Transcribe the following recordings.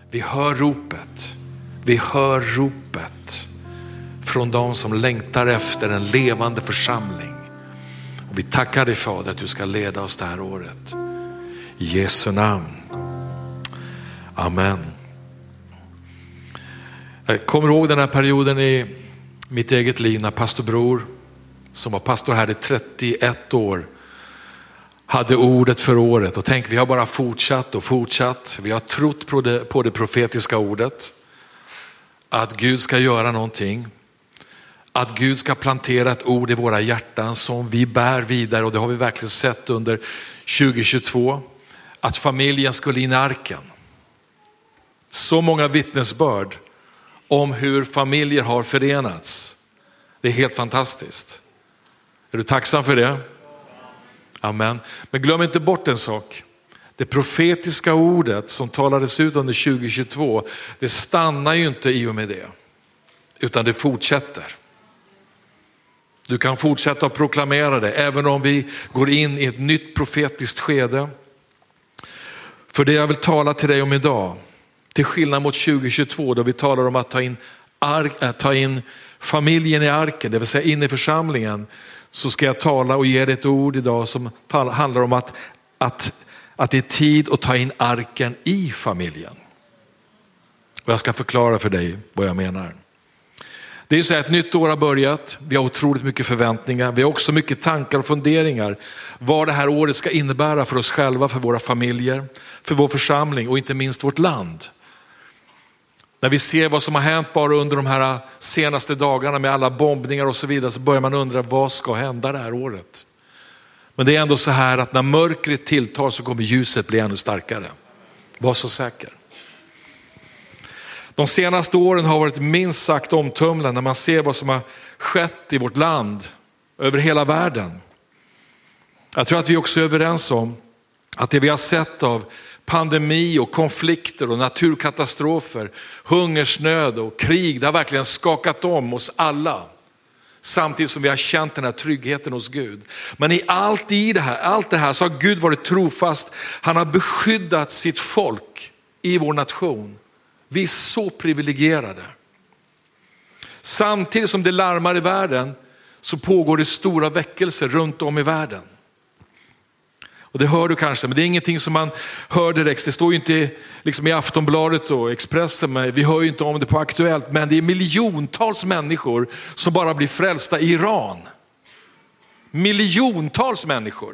Vi hör ropet. Vi hör ropet från de som längtar efter en levande församling. Och vi tackar dig Fader att du ska leda oss det här året. I Jesu namn. Amen. Jag kommer ihåg den här perioden i mitt eget liv när pastor Bror, som var pastor här i 31 år, hade ordet för året. Och tänk, vi har bara fortsatt och fortsatt. Vi har trott på det profetiska ordet. Att Gud ska göra någonting. Att Gud ska plantera ett ord i våra hjärtan som vi bär vidare. Och det har vi verkligen sett under 2022. Att familjen skulle in i arken. Så många vittnesbörd om hur familjer har förenats. Det är helt fantastiskt. Är du tacksam för det? Amen. Men glöm inte bort en sak. Det profetiska ordet som talades ut under 2022, det stannar ju inte i och med det. Utan det fortsätter. Du kan fortsätta att proklamera det även om vi går in i ett nytt profetiskt skede. För det jag vill tala till dig om idag, till skillnad mot 2022 då vi talar om att ta in familjen i arken, det vill säga in i församlingen, så ska jag tala och ge dig ett ord idag som handlar om att det är tid att ta in arken i familjen. Och jag ska förklara för dig vad jag menar. Det är ju så att ett nytt år har börjat. Vi har otroligt mycket förväntningar. Vi har också mycket tankar och funderingar. Vad det här året ska innebära för oss själva, för våra familjer, för vår församling och inte minst vårt land. När vi ser vad som har hänt bara under de här senaste dagarna med alla bombningar och så vidare, så börjar man undra vad ska hända det här året. Men det är ändå så här att när mörkret tilltar så kommer ljuset bli ännu starkare. Var så säker. De senaste åren har varit minst sagt omtumlande när man ser vad som har skett i vårt land, över hela världen. Jag tror att vi också är överens om att det vi har sett av pandemi och konflikter och naturkatastrofer, hungersnöd och krig, det har verkligen skakat om oss alla. Samtidigt som vi har känt den här tryggheten hos Gud. Men i allt det här så har Gud varit trofast. Han har beskyddat sitt folk i vår nation. Vi är så privilegierade. Samtidigt som det larmar i världen så pågår det stora väckelser runt om i världen. Och det hör du kanske, men det är ingenting som man hör direkt. Det står ju inte liksom i Aftonbladet och Expressen, men vi hör ju inte om det på Aktuellt. Men det är miljontals människor som bara blir frälsta i Iran. Miljontals människor.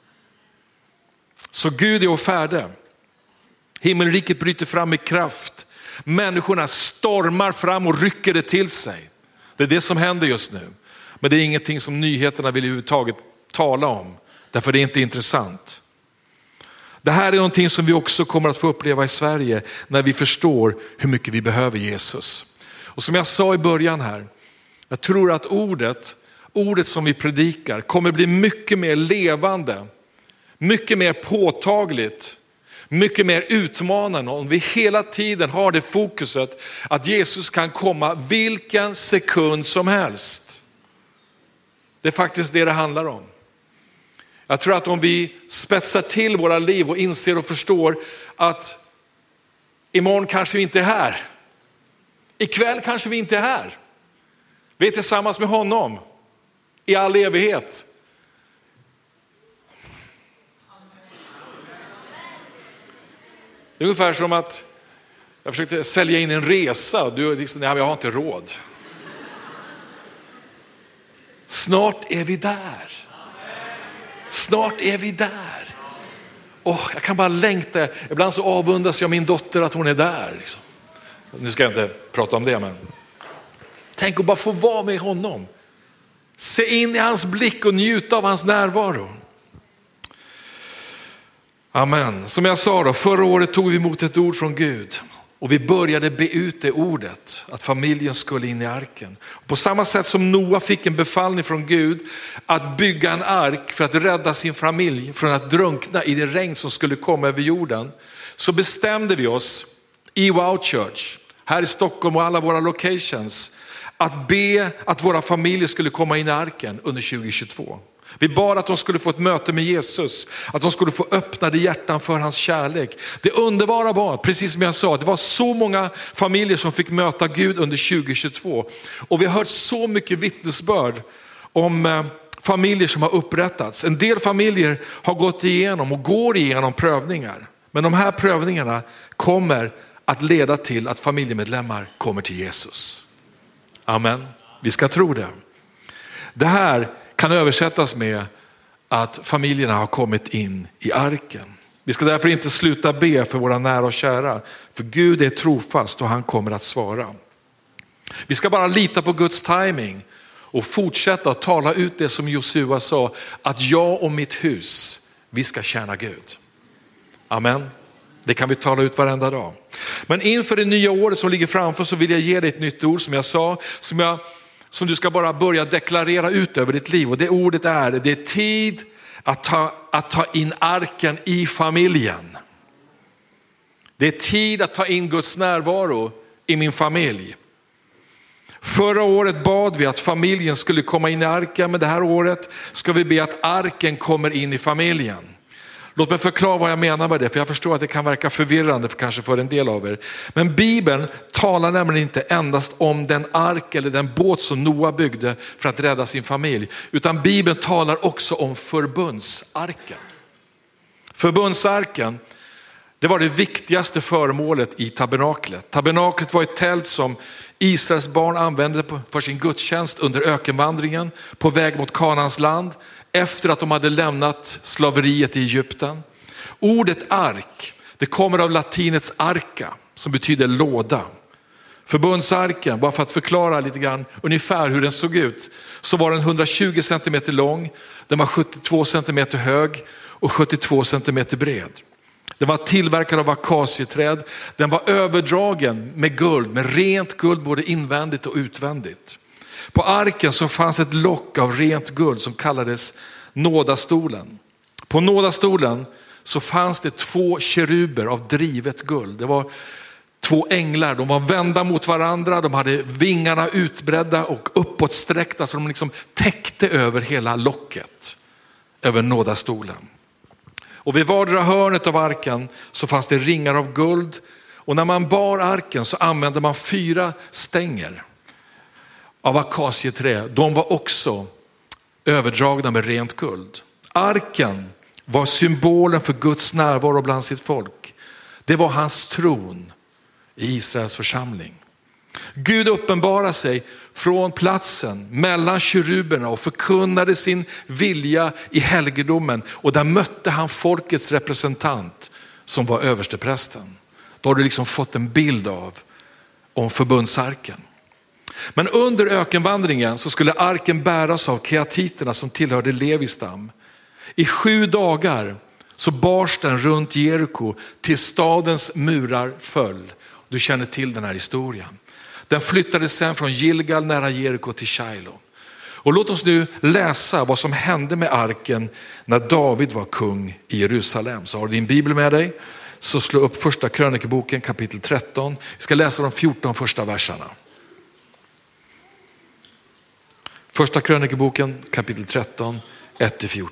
Så Gud är och färde. Himmelriket bryter fram med kraft. Människorna stormar fram och rycker det till sig. Det är det som händer just nu. Men det är ingenting som nyheterna vill överhuvudtaget tala om. Därför det är inte intressant. Det här är någonting som vi också kommer att få uppleva i Sverige när vi förstår hur mycket vi behöver Jesus. Och som jag sa i början här, jag tror att ordet som vi predikar kommer bli mycket mer levande, mycket mer påtagligt, mycket mer utmanande om vi hela tiden har det fokuset att Jesus kan komma vilken sekund som helst. Det är faktiskt det handlar om. Jag tror att om vi spetsar till våra liv och inser och förstår att imorgon kanske vi inte är här. Ikväll kanske vi inte är här. Vi är tillsammans med honom i all evighet. Det är ungefär som att jag försökte sälja in en resa och du liksom, nej, jag har inte råd. Snart är vi där. Snart är vi där. Jag kan bara längta. Ibland så avundas jag min dotter att hon är där. Liksom. Nu ska jag inte prata om det, men tänk att bara få vara med honom. Se in i hans blick och njuta av hans närvaro. Amen. Som jag sa då, förra året tog vi emot ett ord från Gud. Och vi började be ut det ordet, att familjen skulle in i arken. På samma sätt som Noa fick en befallning från Gud att bygga en ark för att rädda sin familj från att drunkna i det regn som skulle komma över jorden. Så bestämde vi oss i Wow Church, här i Stockholm och alla våra locations, att be att våra familjer skulle komma in i arken under 2022. Vi bad att de skulle få ett möte med Jesus, att de skulle få öppnade hjärtan för hans kärlek. Det underbara var, precis som jag sa, det var så många familjer som fick möta Gud under 2022. Och vi har hört så mycket vittnesbörd om familjer som har upprättats. En del familjer har gått igenom och går igenom prövningar. Men de här prövningarna kommer att leda till att familjemedlemmar kommer till Jesus. Amen. Vi ska tro det. Det här kan översättas med att familjerna har kommit in i arken. Vi ska därför inte sluta be för våra nära och kära. För Gud är trofast och han kommer att svara. Vi ska bara lita på Guds timing och fortsätta att tala ut det som Josua sa. Att jag och mitt hus, vi ska tjäna Gud. Amen. Det kan vi tala ut varenda dag. Men inför det nya året som ligger framför så vill jag ge dig ett nytt ord som jag sa. Som du ska bara börja deklarera ut över ditt liv. Och det ordet är, det är tid att ta in arken i familjen. Det är tid att ta in Guds närvaro i min familj. Förra året bad vi att familjen skulle komma in i arken, men det här året ska vi be att arken kommer in i familjen. Låt mig förklara vad jag menar med det, för jag förstår att det kan verka förvirrande kanske för en del av er. Men Bibeln talar nämligen inte endast om den ark eller den båt som Noa byggde för att rädda sin familj. Utan Bibeln talar också om förbundsarken. Förbundsarken, det var det viktigaste föremålet i tabernaklet. Tabernaklet var ett tält som Israels barn använde för sin gudstjänst under ökenvandringen på väg mot Kanaans land. Efter att de hade lämnat slaveriet i Egypten. Ordet ark, det kommer av latinets arca som betyder låda. Förbundsarken, bara för att förklara lite grann ungefär hur den såg ut, så var den 120 cm lång, den var 72 cm hög och 72 cm bred. Den var tillverkad av akacieträd, den var överdragen med guld, med rent guld både invändigt och utvändigt. På arken så fanns ett lock av rent guld som kallades nådastolen. På nådastolen så fanns det 2 keruber av drivet guld. Det var 2 änglar, de var vända mot varandra, de hade vingarna utbredda och uppåtsträckta så de liksom täckte över hela locket, över nådastolen. Och vid vardera hörnet av arken så fanns det ringar av guld, och när man bar arken så använde man 4 stänger av akacieträd. De var också överdragna med rent guld. Arken var symbolen för Guds närvaro bland sitt folk. Det var hans tron i Israels församling. Gud uppenbarade sig från platsen mellan keruberna och förkunnade sin vilja i helgedomen. Och där mötte han folkets representant som var översteprästen. Då har du liksom fått en bild om förbundsarken. Men under ökenvandringen så skulle arken bäras av keatiterna som tillhörde Levis stam. I 7 dagar så bars den runt Jeriko till stadens murar föll. Du känner till den här historien. Den flyttades sen från Gilgal nära Jeriko till Shiloh. Och låt oss nu läsa vad som hände med arken när David var kung i Jerusalem. Så har du din bibel med dig, så slå upp första krönikeboken kapitel 13. Vi ska läsa de 14 första verserna. Första krönikeboken kapitel 13, 1-14.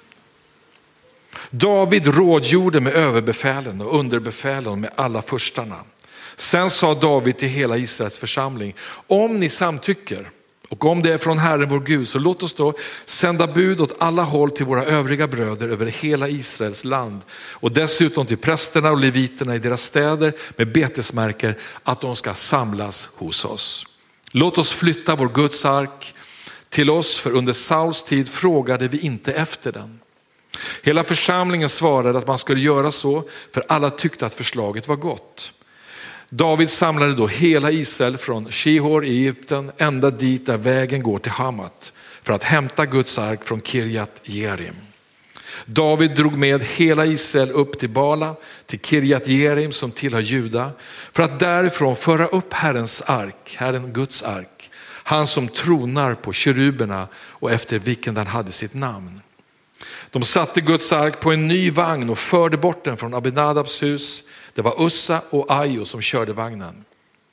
David rådgjorde med överbefälen och underbefälen med alla förstarna. Sen sa David till hela Israels församling: om ni samtycker och om det är från Herren vår Gud, så låt oss då sända bud åt alla håll till våra övriga bröder över hela Israels land, och dessutom till prästerna och leviterna i deras städer med betesmärker, att de ska samlas hos oss. Låt oss flytta vår Guds ark till oss, för under Sauls tid frågade vi inte efter den. Hela församlingen svarade att man skulle göra så, för alla tyckte att förslaget var gott. David samlade då hela Israel från Shihor i Egypten ända dit där vägen går till Hamat, för att hämta Guds ark från Kirjat Jearim. David drog med hela Israel upp till Bala, till Kirjat Jearim som tillhör Juda, för att därifrån föra upp Herrens ark, Herren Guds ark, han som tronar på keruberna och efter vilken den hade sitt namn. De satte Guds ark på en ny vagn och förde bort den från Abinadabs hus. Det var Ussa och Ajo som körde vagnen.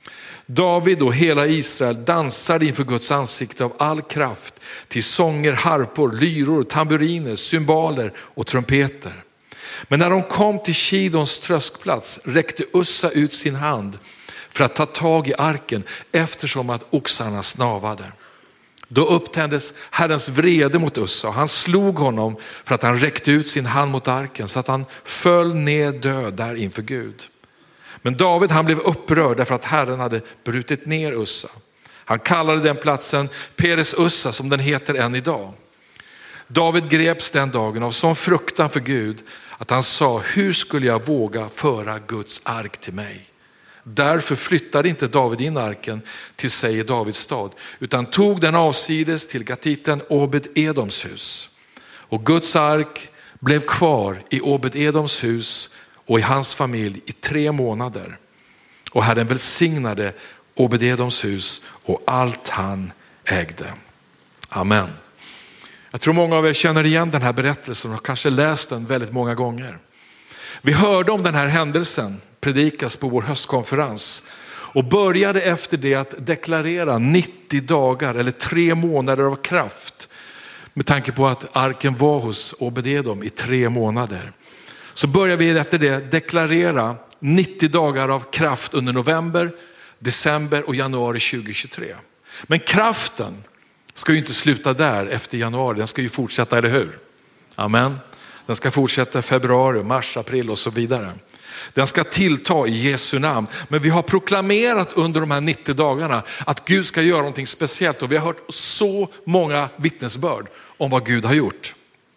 David och hela Israel dansade inför Guds ansikte av all kraft till sånger, harpor, lyror, tamburiner, cymbaler och trumpeter. Men när de kom till Kidons tröskplats räckte Ussa ut sin hand för att ta tag i arken eftersom att oxarna snavade. Då upptändes Herrens vrede mot Ussa och han slog honom för att han räckte ut sin hand mot arken så att han föll ner död där inför Gud. Men David han blev upprörd därför att Herren hade brutit ner Ussa. Han kallade den platsen Peres Ussa som den heter än idag. David greps den dagen av sån fruktan för Gud att han sa, hur skulle jag våga föra Guds ark till mig? Därför flyttade inte David in arken till sig i Davids stad, utan tog den avsides till gatiten Obed-Edoms hus. Och Guds ark blev kvar i Obed-Edoms hus och i hans familj i 3 månader. Och Herren välsignade Obed-Edoms hus och allt han ägde. Amen. Jag tror många av er känner igen den här berättelsen och har kanske läst den väldigt många gånger. Vi hörde om den här händelsen predikas på vår höstkonferens och började efter det att deklarera 90 dagar eller 3 månader av kraft. Med tanke på att arken var hos Obed-Edom i 3 månader. Så började vi efter det deklarera 90 dagar av kraft under november, december och januari 2023. Men kraften ska ju inte sluta där efter januari, den ska ju fortsätta, eller hur? Amen. Den ska fortsätta februari, mars, april och så vidare. Den ska tillta i Jesu namn. Men vi har proklamerat under de här 90 dagarna att Gud ska göra någonting speciellt. Och vi har hört så många vittnesbörd om vad Gud har gjort.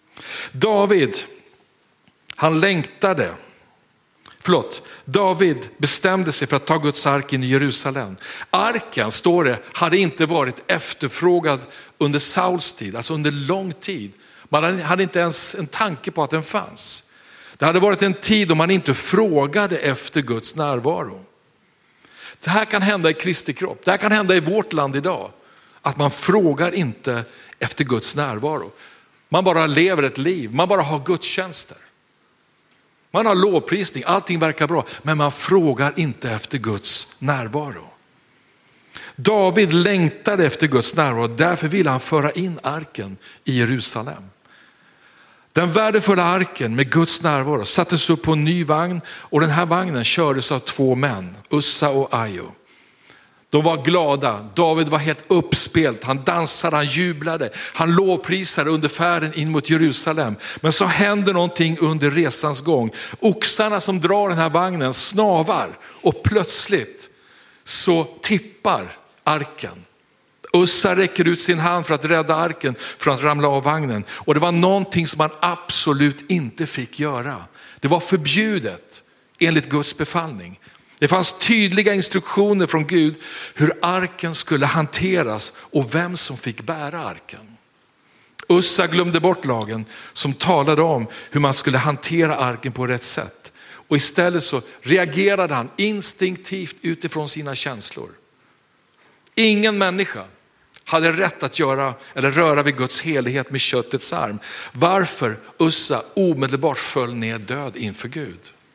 David bestämde sig för att ta Guds ark in i Jerusalem. Arken, står det, hade inte varit efterfrågad under Sauls tid, alltså under lång tid. Man hade inte ens en tanke på att den fanns. Det hade varit en tid då man inte frågade efter Guds närvaro. Det här kan hända i Kristi kropp. Det här kan hända i vårt land idag. Att man frågar inte efter Guds närvaro. Man bara lever ett liv. Man bara har gudstjänster. Man har lovprisning. Allting verkar bra. Men man frågar inte efter Guds närvaro. David längtade efter Guds närvaro. Därför ville han föra in arken i Jerusalem. Den värdefulla arken med Guds närvaro sattes upp på en ny vagn och den här vagnen kördes av 2 män, Ussa och Ajo. De var glada, David var helt uppspelt, han dansade, han jublade, han lovprisade under färden in mot Jerusalem. Men så händer någonting under resans gång. Oxarna som drar den här vagnen snavar och plötsligt så tippar arken. Ussa räcker ut sin hand för att rädda arken från att ramla av vagnen. Och det var någonting som man absolut inte fick göra. Det var förbjudet enligt Guds befallning. Det fanns tydliga instruktioner från Gud hur arken skulle hanteras och vem som fick bära arken. Ussa glömde bort lagen som talade om hur man skulle hantera arken på rätt sätt. Och istället så reagerade han instinktivt utifrån sina känslor. Ingen människa hade rätt att göra eller röra vid Guds helighet med köttets arm. Varför Ussa omedelbart föll ner död inför Gud.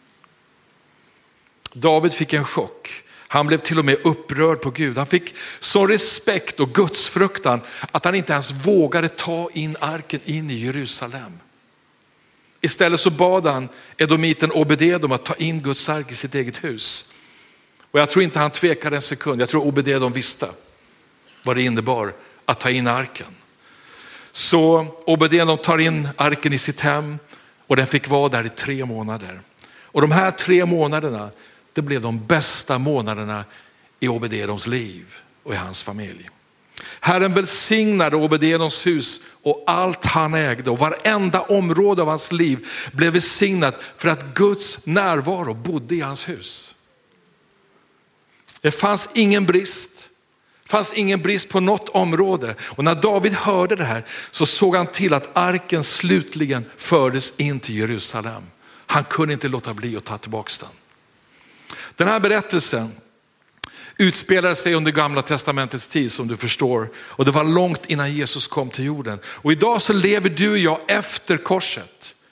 David fick en chock. Han blev till och med upprörd på Gud. Han fick så respekt och gudsfruktan att han inte ens vågade ta in arken in i Jerusalem. Istället så bad han edomiten Obed-Edom att ta in Guds ark i sitt eget hus. Och jag tror inte han tvekade en sekund. Jag tror Obed-Edom visste vad det innebar att ta in arken. Så Obed-Edom tar in arken i sitt hem och den fick vara där i 3 månader. Och de här 3 månaderna, det blev de bästa månaderna i Obed-Edoms liv och i hans familj. Herren välsignade Obed-Edoms hus och allt han ägde och varenda område av hans liv blev välsignat för att Guds närvaro bodde i hans hus. Det fanns ingen brist. Det fanns ingen brist på något område. Och när David hörde det här så såg han till att arken slutligen fördes in till Jerusalem. Han kunde inte låta bli att ta tillbaka den. Den här berättelsen utspelade sig under Gamla testamentets tid, som du förstår. Och det var långt innan Jesus kom till jorden. Och idag så lever du och jag efter korset.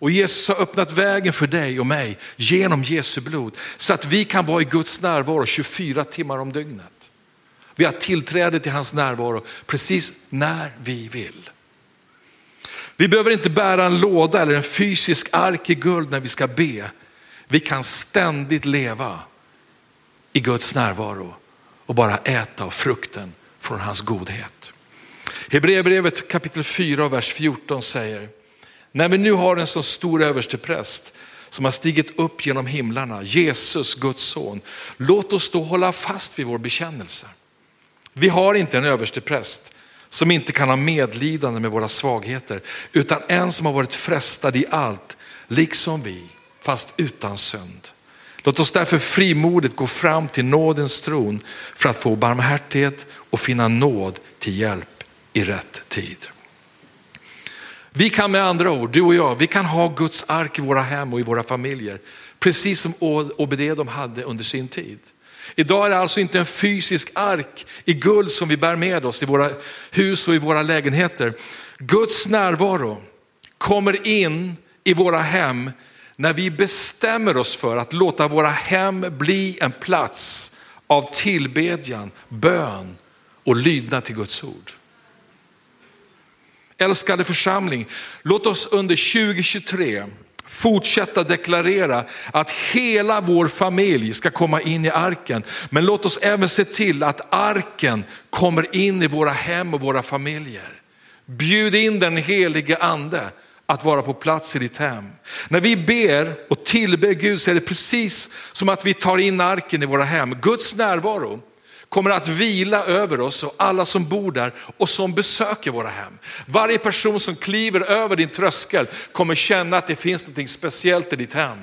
Och Jesus har öppnat vägen för dig och mig genom Jesu blod. Så att vi kan vara i Guds närvaro 24 timmar om dygnet. Vi har tillträde till hans närvaro precis när vi vill. Vi behöver inte bära en låda eller en fysisk ark i guld när vi ska be. Vi kan ständigt leva i Guds närvaro och bara äta av frukten från hans godhet. Hebreerbrevet kapitel 4 vers 14 säger: när vi nu har en så stor överstepräst som har stigit upp genom himlarna, Jesus, Guds son, låt oss då hålla fast vid vår bekännelse. Vi har inte en överstepräst som inte kan ha medlidande med våra svagheter, utan en som har varit frestad i allt, liksom vi, fast utan synd. Låt oss därför frimodigt gå fram till nådens tron för att få barmhärtighet och finna nåd till hjälp i rätt tid. Vi kan med andra ord, du och jag, vi kan ha Guds ark i våra hem och i våra familjer. Precis som Obed-Edom hade under sin tid. Idag är det alltså inte en fysisk ark i guld som vi bär med oss i våra hus och i våra lägenheter. Guds närvaro kommer in i våra hem när vi bestämmer oss för att låta våra hem bli en plats av tillbedjan, bön och lydnad till Guds ord. Älskade församling, låt oss under 2023 fortsätta deklarera att hela vår familj ska komma in i arken. Men låt oss även se till att arken kommer in i våra hem och våra familjer. Bjud in den helige ande att vara på plats i ditt hem. När vi ber och tillber Gud så är det precis som att vi tar in arken i våra hem. Guds närvaro kommer att vila över oss och alla som bor där och som besöker våra hem. Varje person som kliver över din tröskel kommer känna att det finns något speciellt i ditt hem.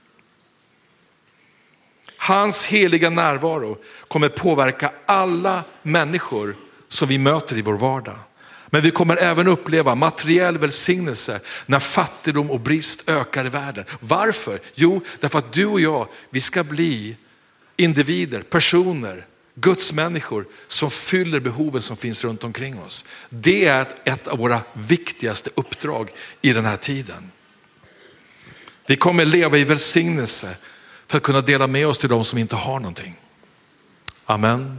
Hans heliga närvaro kommer påverka alla människor som vi möter i vår vardag. Men vi kommer även uppleva materiell välsignelse när fattigdom och brist ökar i världen. Varför? Jo, därför att du och jag, vi ska bli individer, personer, Guds människor som fyller behoven som finns runt omkring oss. Det är ett av våra viktigaste uppdrag i den här tiden. Vi kommer leva i välsignelse för att kunna dela med oss till de som inte har någonting. Amen.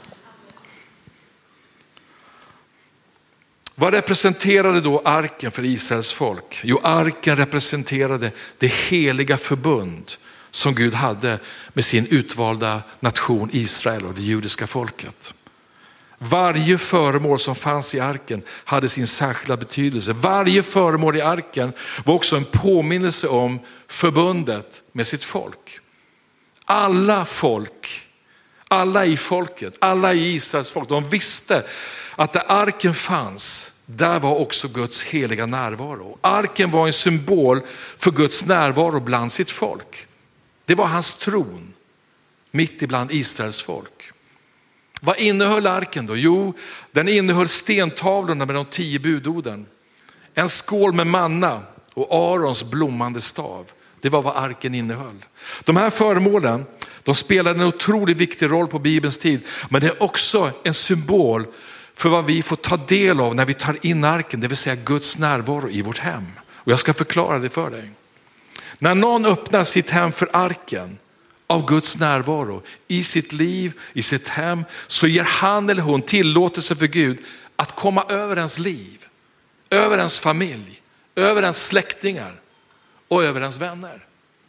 Vad representerade då arken för Israels folk? Jo, arken representerade det heliga förbund som Gud hade med sin utvalda nation Israel och det judiska folket. Varje föremål som fanns i arken hade sin särskilda betydelse. Varje föremål i arken var också en påminnelse om förbundet med sitt folk. Alla folk, alla i folket, alla i Israels folk, de visste att där arken fanns, där var också Guds heliga närvaro. Arken var en symbol för Guds närvaro bland sitt folk. Det var hans tron mitt ibland Israels folk. Vad innehöll arken då? Jo, den innehöll stentavlorna med de 10 budorden. En skål med manna och Arons blommande stav. Det var vad arken innehöll. De här föremålen, de spelade en otroligt viktig roll på Bibelns tid. Men det är också en symbol för vad vi får ta del av när vi tar in arken. Det vill säga Guds närvaro i vårt hem. Och jag ska förklara det för dig. När någon öppnar sitt hem för arken av Guds närvaro i sitt liv, i sitt hem, så ger han eller hon tillåtelse för Gud att komma över ens liv, över ens familj, över ens släktingar och över ens vänner.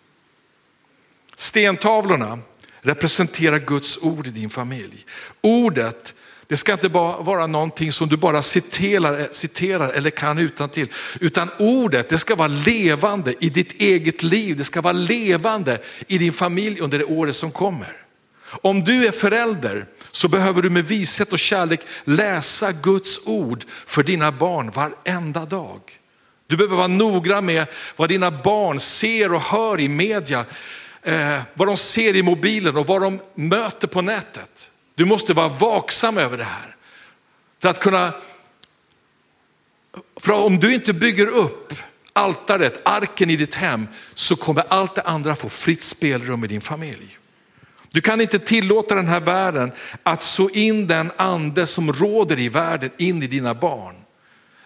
Stentavlorna representerar Guds ord i din familj. Ordet, det ska inte bara vara någonting som du bara citerar eller kan utantill. Utan ordet, det ska vara levande i ditt eget liv. Det ska vara levande i din familj under det året som kommer. Om du är förälder så behöver du med vishet och kärlek läsa Guds ord för dina barn varenda dag. Du behöver vara noggrann med vad dina barn ser och hör i media. Vad de ser i mobilen och vad de möter på nätet. Du måste vara vaksam över det här. För om du inte bygger upp altaret, arken i ditt hem, så kommer allt det andra få fritt spelrum i din familj. Du kan inte tillåta den här världen att så in den ande som råder i världen in i dina barn.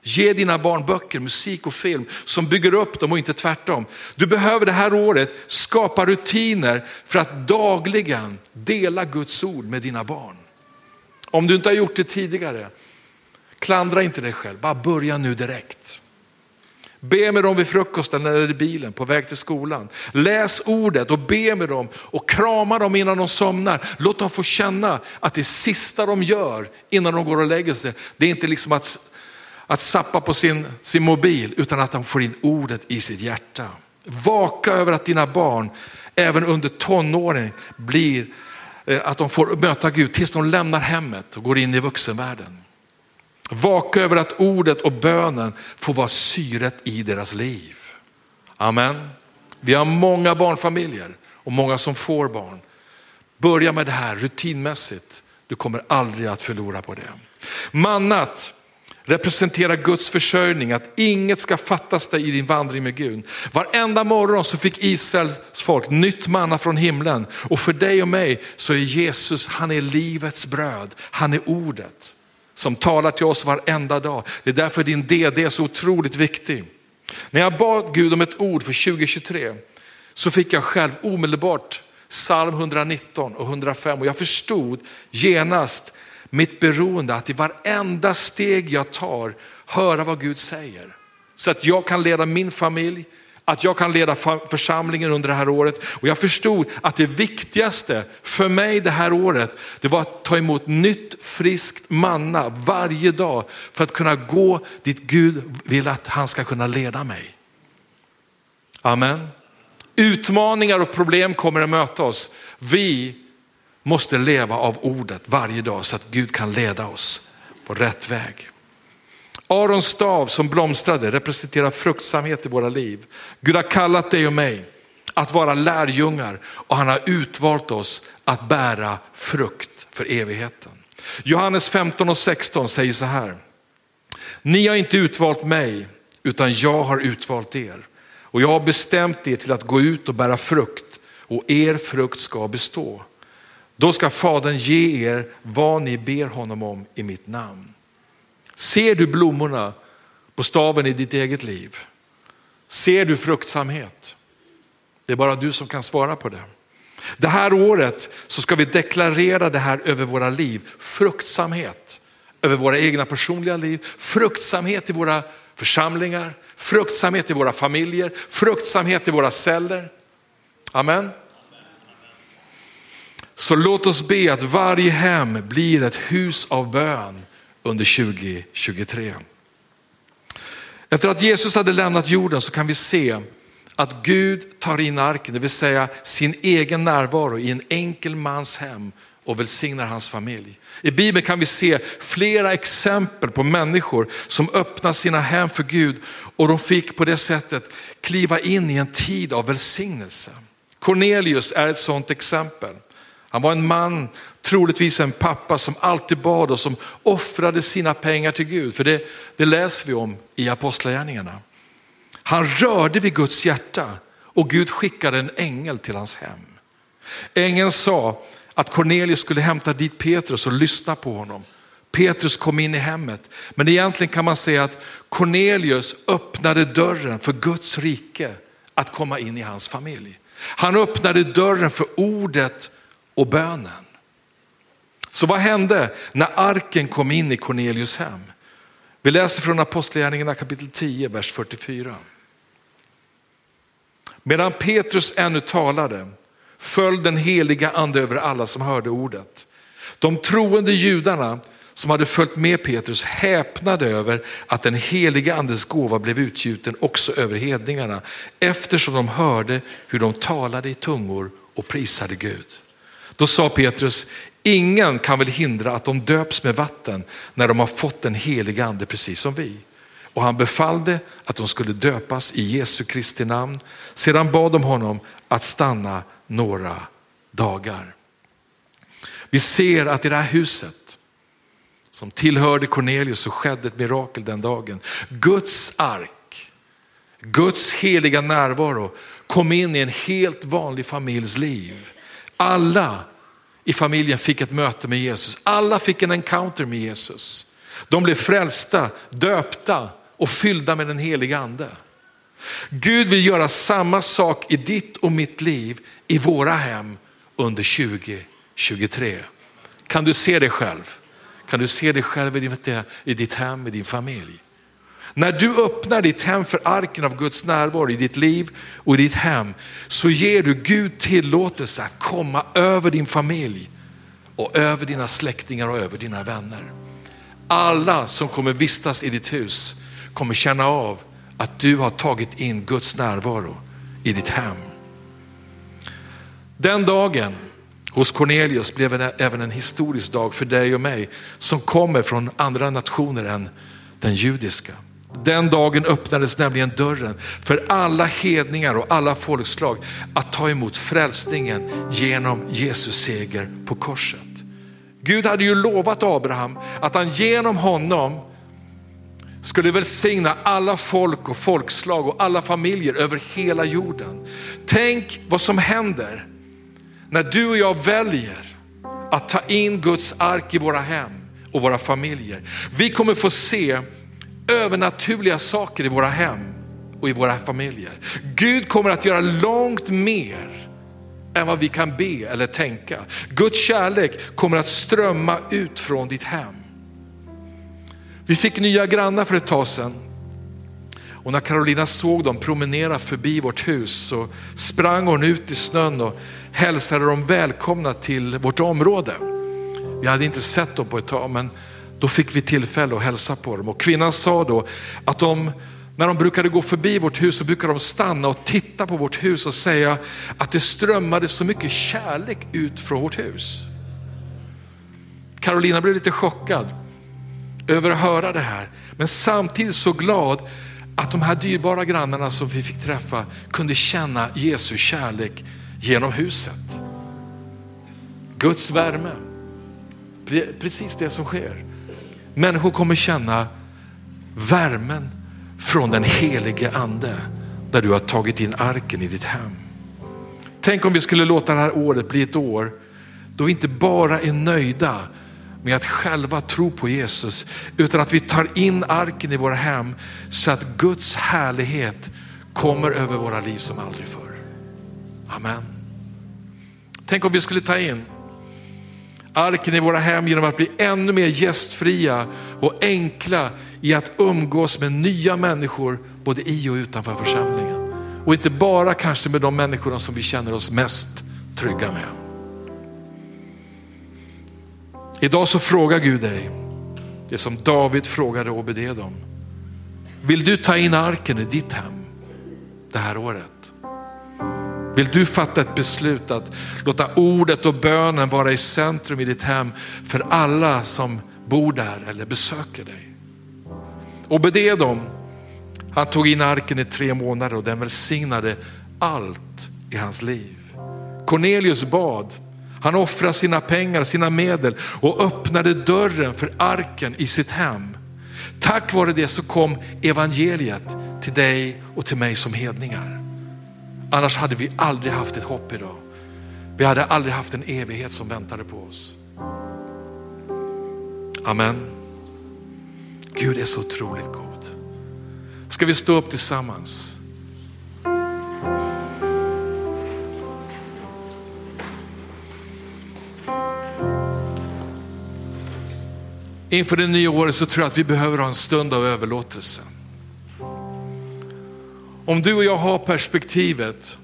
Ge dina barn böcker, musik och film som bygger upp dem och inte tvärtom. Du behöver det här året skapa rutiner för att dagligen dela Guds ord med dina barn. Om du inte har gjort det tidigare, klandra inte dig själv. Bara börja nu direkt. Be med dem vid frukosten eller i bilen på väg till skolan. Läs ordet och be med dem och krama dem innan de somnar. Låt dem få känna att det sista de gör innan de går och lägger sig, det är inte liksom att sappa på sin mobil, utan att de får in ordet i sitt hjärta. Vaka över att dina barn även under tonåren blir, att de får möta Gud tills de lämnar hemmet och går in i vuxenvärlden. Vaka över att ordet och bönen får vara syret i deras liv. Amen. Vi har många barnfamiljer och många som får barn. Börja med det här rutinmässigt. Du kommer aldrig att förlora på det. Mannat representerar Guds försörjning, att inget ska fattas dig i din vandring med Gud. Varenda morgon så fick Israels folk nytt manna från himlen. Och för dig och mig så är Jesus, han är livets bröd. Han är ordet som talar till oss varenda dag. Det är därför din DD är så otroligt viktig. När jag bad Gud om ett ord för 2023 så fick jag själv omedelbart psalm 119 och 105. Och jag förstod genast mitt beroende att i varenda steg jag tar höra vad Gud säger. Så att jag kan leda min familj, att jag kan leda församlingen under det här året. Och jag förstod att det viktigaste för mig det här året, det var att ta emot nytt friskt manna varje dag för att kunna gå dit Gud vill att han ska kunna leda mig. Amen. Utmaningar och problem kommer att möta oss. Vi måste leva av ordet varje dag så att Gud kan leda oss på rätt väg. Arons stav som blomstrade representerar fruktsamhet i våra liv. Gud har kallat dig och mig att vara lärjungar och han har utvalt oss att bära frukt för evigheten. Johannes 15 och 16 säger så här: ni har inte utvalt mig utan jag har utvalt er. Och jag har bestämt er till att gå ut och bära frukt och er frukt ska bestå. Då ska Fadern ge er vad ni ber honom om i mitt namn. Ser du blommorna på staven i ditt eget liv? Ser du fruktsamhet? Det är bara du som kan svara på det. Det här året så ska vi deklarera det här över våra liv. Fruktsamhet över våra egna personliga liv. Fruktsamhet i våra församlingar. Fruktsamhet i våra familjer. Fruktsamhet i våra celler. Amen. Så låt oss be att varje hem blir ett hus av bön under 2023. Efter att Jesus hade lämnat jorden så kan vi se att Gud tar in arken, det vill säga sin egen närvaro i en enkel mans hem och välsignar hans familj. I Bibeln kan vi se flera exempel på människor som öppnar sina hem för Gud och de fick på det sättet kliva in i en tid av välsignelse. Cornelius är ett sådant exempel. Han var en man, troligtvis en pappa som alltid bad och som offrade sina pengar till Gud. För det läser vi om i Apostlagärningarna. Han rörde vid Guds hjärta och Gud skickade en ängel till hans hem. Ängeln sa att Cornelius skulle hämta dit Petrus och lyssna på honom. Petrus kom in i hemmet. Men egentligen kan man säga att Cornelius öppnade dörren för Guds rike att komma in i hans familj. Han öppnade dörren för ordet och bönen. Så vad hände när arken kom in i Cornelius hem? Vi läser från Apostlagärningarna kapitel 10, vers 44. Medan Petrus ännu talade föll den heliga ande över alla som hörde ordet. De troende judarna som hade följt med Petrus häpnade över att den heliga andes gåva blev utgjuten också över hedningarna, eftersom de hörde hur de talade i tungor och prisade Gud. Då sa Petrus: ingen kan väl hindra att de döps med vatten när de har fått den heliga ande precis som vi. Och han befallde att de skulle döpas i Jesu Kristi namn. Sedan bad de honom att stanna några dagar. Vi ser att i det här huset som tillhörde Cornelius så skedde ett mirakel den dagen. Guds ark, Guds heliga närvaro kom in i en helt vanlig familjs liv. Alla i familjen fick ett möte med Jesus. Alla fick en encounter med Jesus. De blev frälsta, döpta och fyllda med den heliga ande. Gud vill göra samma sak i ditt och mitt liv, i våra hem under 2023. Kan du se det själv? Kan du se det själv i ditt hem, i din familj? När du öppnar ditt hem för arken av Guds närvaro i ditt liv och i ditt hem, så ger du Gud tillåtelse att komma över din familj och över dina släktingar och över dina vänner. Alla som kommer vistas i ditt hus kommer känna av att du har tagit in Guds närvaro i ditt hem. Den dagen hos Cornelius blev även en historisk dag för dig och mig som kommer från andra nationer än den judiska. Den dagen öppnades nämligen dörren för alla hedningar och alla folkslag att ta emot frälsningen genom Jesus seger på korset. Gud hade ju lovat Abraham att han genom honom skulle välsigna alla folk och folkslag och alla familjer över hela jorden. Tänk vad som händer när du och jag väljer att ta in Guds ark i våra hem och våra familjer. Vi kommer få se övernaturliga saker i våra hem och i våra familjer. Gud kommer att göra långt mer än vad vi kan be eller tänka. Guds kärlek kommer att strömma ut från ditt hem. Vi fick nya grannar för ett tag sedan. Och när Carolina såg dem promenera förbi vårt hus så sprang hon ut i snön och hälsade dem välkomna till vårt område. Vi hade inte sett dem på ett tag, men då fick vi tillfälle att hälsa på dem. Och kvinnan sa då att när de brukade gå förbi vårt hus så brukade de stanna och titta på vårt hus och säga att det strömmade så mycket kärlek ut från vårt hus. Carolina blev lite chockad över att höra det här, men samtidigt så glad att de här dyrbara grannarna som vi fick träffa kunde känna Jesu kärlek genom huset. Guds värme. Precis det som sker. Människor kommer känna värmen från den helige ande där du har tagit in arken i ditt hem. Tänk om vi skulle låta det här året bli ett år då vi inte bara är nöjda med att själva tro på Jesus, utan att vi tar in arken i våra hem så att Guds härlighet kommer över våra liv som aldrig förr. Amen. Tänk om vi skulle ta in arken i våra hem genom att bli ännu mer gästfria och enkla i att umgås med nya människor både i och utanför församlingen. Och inte bara kanske med de människorna som vi känner oss mest trygga med. Idag så frågar Gud dig, det som David frågade Obed-Edom. Vill du ta in arken i ditt hem det här året? Vill du fatta ett beslut att låta ordet och bönen vara i centrum i ditt hem för alla som bor där eller besöker dig? Obed-Edom, han tog in arken i 3 månader och den välsignade allt i hans liv. Cornelius bad. Han offrade sina pengar, sina medel och öppnade dörren för arken i sitt hem. Tack vare det så kom evangeliet till dig och till mig som hedningar. Annars hade vi aldrig haft ett hopp idag. Vi hade aldrig haft en evighet som väntade på oss. Amen. Gud är så otroligt god. Ska vi stå upp tillsammans? Inför det nya året så tror jag att vi behöver ha en stund av överlåtelse. Om du och jag har perspektivet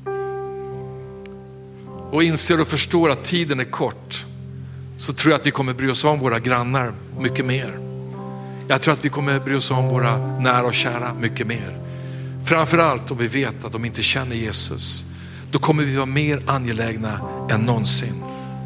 och inser och förstår att tiden är kort, så tror jag att vi kommer bry oss om våra grannar mycket mer. Jag tror att vi kommer bry oss om våra nära och kära mycket mer. Framförallt om vi vet att de inte känner Jesus. Då kommer vi vara mer angelägna än någonsin.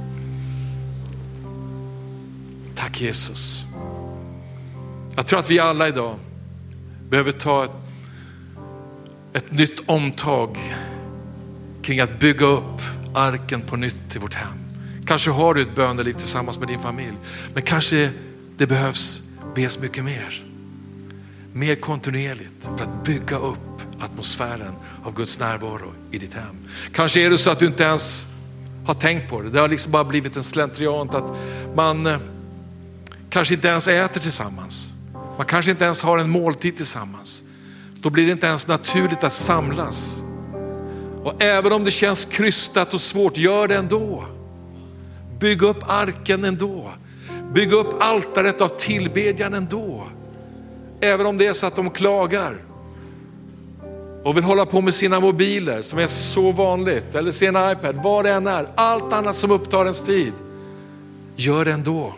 Tack Jesus. Jag tror att vi alla idag behöver ta ett nytt omtag kring att bygga upp arken på nytt i vårt hem. Kanske har du ett böneliv tillsammans med din familj, men kanske det behövs bes mycket mer. Mer kontinuerligt för att bygga upp atmosfären av Guds närvaro i ditt hem. Kanske är det så att du inte ens har tänkt på det. Det har liksom bara blivit en slentrian att man kanske inte ens äter tillsammans. Man kanske inte ens har en måltid tillsammans. Då blir det inte ens naturligt att samlas. Och även om det känns krystat och svårt, gör det ändå. Bygg upp arken ändå. Bygg upp altaret av tillbedjan ändå. Även om det är så att de klagar och vill hålla på med sina mobiler som är så vanligt, eller sin iPad, vad det än är. Allt annat som upptar ens tid. Gör det ändå.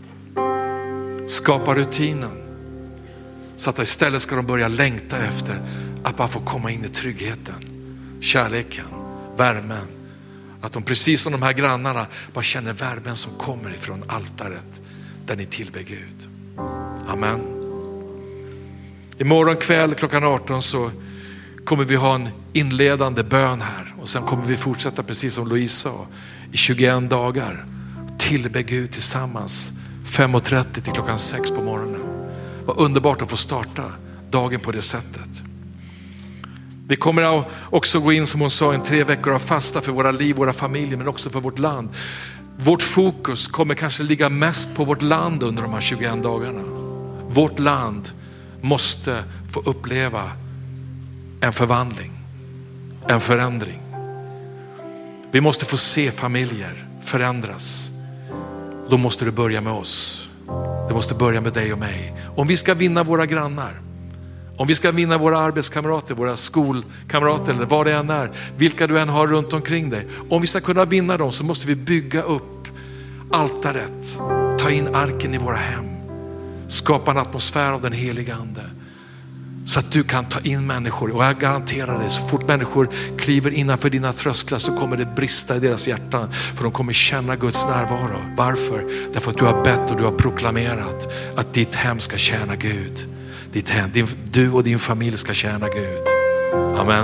Skapa rutinen. Så att istället ska de börja längta efter att bara få komma in i tryggheten, kärleken, värmen. Att de precis som de här grannarna bara känner värmen som kommer ifrån altaret där ni tillber Gud. Amen. Imorgon kväll klockan 18 så kommer vi ha en inledande bön här. Och sen kommer vi fortsätta precis som Louise sa i 21 dagar. Tillbe Gud tillsammans 5:30 till klockan 6 på morgonen. Vad underbart att få starta dagen på det sättet. Vi kommer också gå in, som hon sa, en 3 veckor av fasta för våra liv, våra familjer, men också för vårt land. Vårt fokus kommer kanske ligga mest på vårt land under de här 21 dagarna. Vårt land måste få uppleva en förvandling, en förändring. Vi måste få se familjer förändras. Då måste det börja med oss. Det måste börja med dig och mig. Om vi ska vinna våra grannar, om vi ska vinna våra arbetskamrater, våra skolkamrater eller vad det än är, vilka du än har runt omkring dig. Om vi ska kunna vinna dem så måste vi bygga upp altaret, ta in arken i våra hem, skapa en atmosfär av den heliga ande. Så att du kan ta in människor, och jag garanterar dig, så fort människor kliver innanför dina trösklar så kommer det brista i deras hjärtan. För de kommer känna Guds närvaro. Varför? Därför att du har bett och du har proklamerat att ditt hem ska tjäna Gud. Ditt hem, du och din familj ska tjäna Gud. Amen.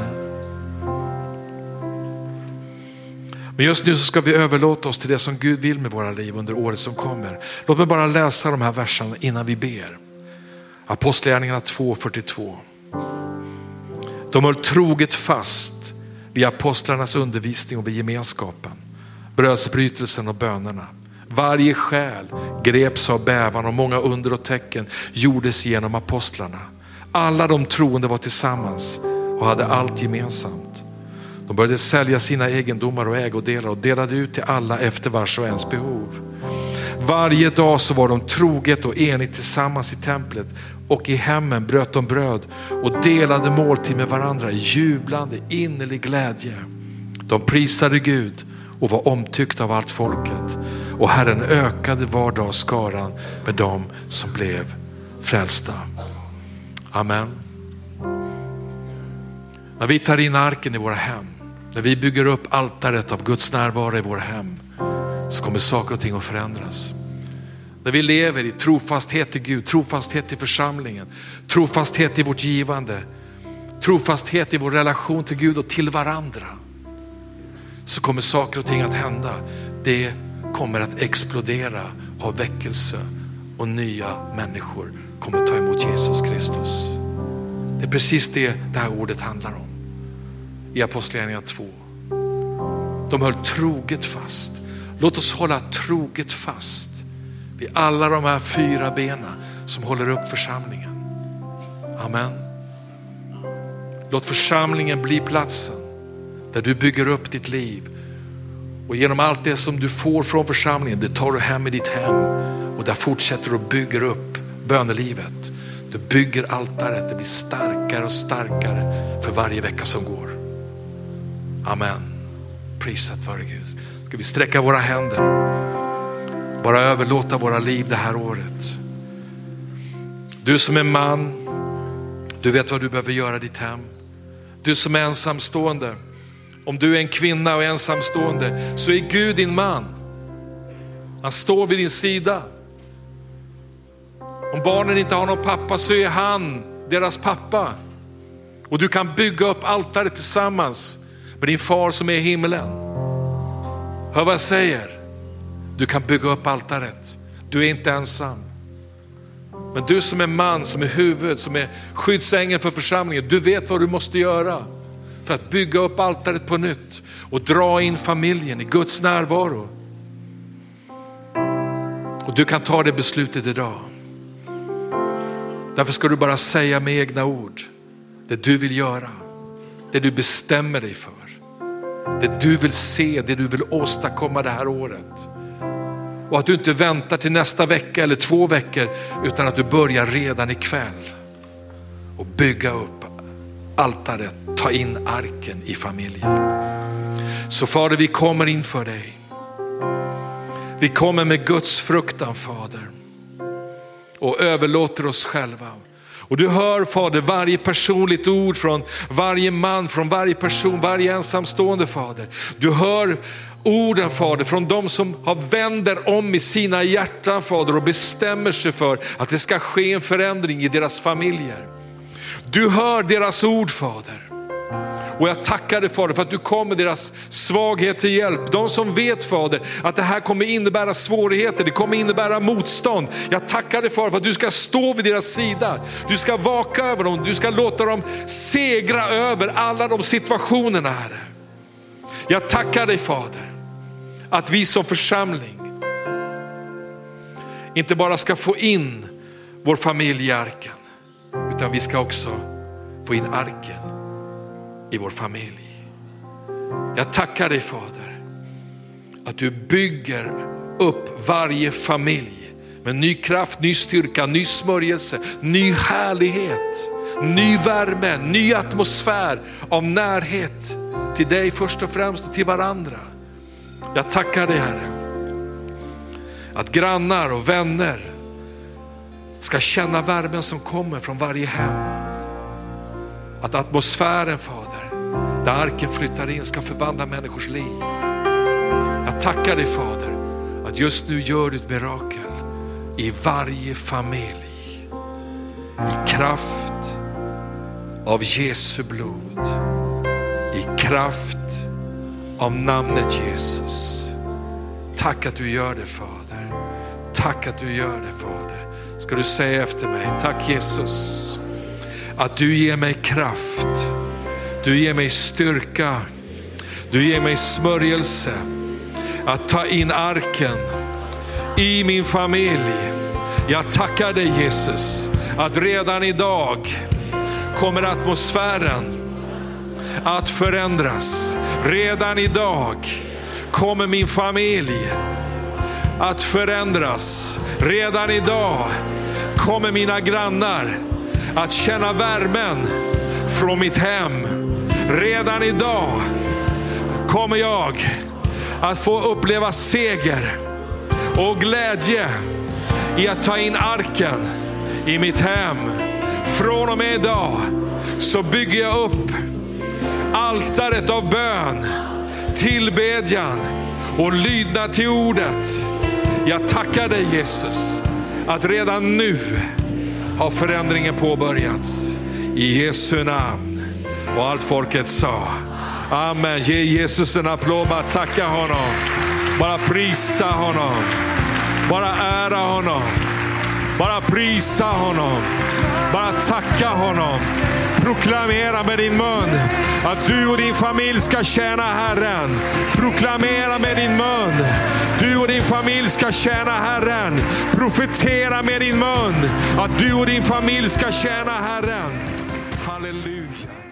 Men just nu så ska vi överlåta oss till det som Gud vill med våra liv under året som kommer. Låt mig bara läsa de här verserna innan vi ber. Apostlagärningarna 2:42. De höll troget fast vid apostlarnas undervisning och vid gemenskapen, brödsbrytelsen och bönerna. Varje själ greps av bävan och många under och tecken gjordes genom apostlarna. Alla de troende var tillsammans och hade allt gemensamt. De började sälja sina egendomar och ägodelar och delade ut till alla efter vars och ens behov. Varje dag så var de troget och enigt tillsammans i templet, och i hemmen bröt de bröd och delade måltid med varandra i jublande innerlig glädje. De prisade Gud och var omtyckta av allt folket, och Herren ökade var dag skaran med dem som blev frälsta. Amen. När vi tar in arken i våra hem, när vi bygger upp altaret av Guds närvaro i våra hem, så kommer saker och ting att förändras. När vi lever i trofasthet till Gud, trofasthet till församlingen, trofasthet i vårt givande, trofasthet i vår relation till Gud och till varandra, så kommer saker och ting att hända. Det kommer att explodera av väckelse, och nya människor kommer att ta emot Jesus Kristus. Det är precis det här ordet handlar om i Apostlagärningarna 2. De höll troget fast. Låt oss hålla troget fast vid alla de här 4 benen som håller upp församlingen. Amen. Låt församlingen bli platsen där du bygger upp ditt liv. Och genom allt det som du får från församlingen, det tar du hem i ditt hem. Och där fortsätter du och bygger upp bönelivet. Du bygger altaret, det blir starkare och starkare för varje vecka som går. Amen. Prisat vare Gud. Ska vi sträcka våra händer, bara överlåta våra liv det här året. Du som är man, du vet vad du behöver göra i ditt hem. Du som är ensamstående, om du är en kvinna och ensamstående, så är Gud din man. Han står vid din sida. Om barnen inte har någon pappa, så är han deras pappa. Och du kan bygga upp altaret tillsammans med din far som är i himlen. Hör vad jag säger. Du kan bygga upp altaret. Du är inte ensam. Men du som är man, som är huvud, som är skyddsängeln för församlingen, du vet vad du måste göra för att bygga upp altaret på nytt och dra in familjen i Guds närvaro. Och du kan ta det beslutet idag. Därför ska du bara säga med egna ord det du vill göra, det du bestämmer dig för, det du vill se, det du vill åstadkomma det här året. Och att du inte väntar till nästa vecka eller 2 veckor, utan att du börjar redan ikväll och bygga upp altaret, ta in arken i familjen. Så Fader, vi kommer inför dig. Vi kommer med Guds fruktan, Fader, och överlåter oss själva. Och du hör, Fader, varje personligt ord från varje man, från varje person, varje ensamstående, Fader. Du hör orden, Fader, från de som har vänder om i sina hjärtan, Fader, och bestämmer sig för att det ska ske en förändring i deras familjer. Du hör deras ord, Fader. Och jag tackar dig, Fader, för att du kommer deras svaghet till hjälp. De som vet, Fader, att det här kommer innebära svårigheter, det kommer innebära motstånd. Jag tackar dig, Fader, för att du ska stå vid deras sida. Du ska vaka över dem, du ska låta dem segra över alla de situationerna, Herre. Jag tackar dig, Fader, att vi som församling inte bara ska få in vår familj i arken, utan vi ska också få in arken i vår familj. Jag tackar dig, Fader, att du bygger upp varje familj med ny kraft, ny styrka, ny smörjelse, ny härlighet, ny värme, ny atmosfär av närhet till dig först och främst och till varandra. Jag tackar dig, Herre, att grannar och vänner ska känna värmen som kommer från varje hem. Att atmosfären, Fader, där arken flyttar in, ska förvandla människors liv. Jag tackar dig, Fader, att just nu gör du ett mirakel i varje familj. I kraft av Jesu blod. I kraft av namnet Jesus. Tack att du gör det, Fader. Tack att du gör det, Fader. Ska du säga efter mig: tack Jesus, att du ger mig kraft, du ger mig styrka, du ger mig smörjelse att ta in arken i min familj. Jag tackar dig, Jesus, att redan idag kommer atmosfären att förändras. Redan idag kommer min familj att förändras. Redan idag kommer mina grannar att känna värmen från mitt hem. Redan idag kommer jag att få uppleva seger och glädje i att ta in arken i mitt hem. Från och med idag så bygger jag upp altaret av bön, tillbedjan och lydnad till ordet. Jag tackar dig, Jesus, att redan nu har förändringen påbörjats. I Jesu namn. Och allt folket sa amen. Ge Jesus en applåd. Bara tacka honom. Bara prisa honom. Bara ära honom. Bara prisa honom. Bara tacka honom. Proklamera med din mun att du och din familj ska tjäna Herren. Proklamera med din mun. Du och din familj ska tjäna Herren. Profetera med din mun att du och din familj ska tjäna Herren. Halleluja.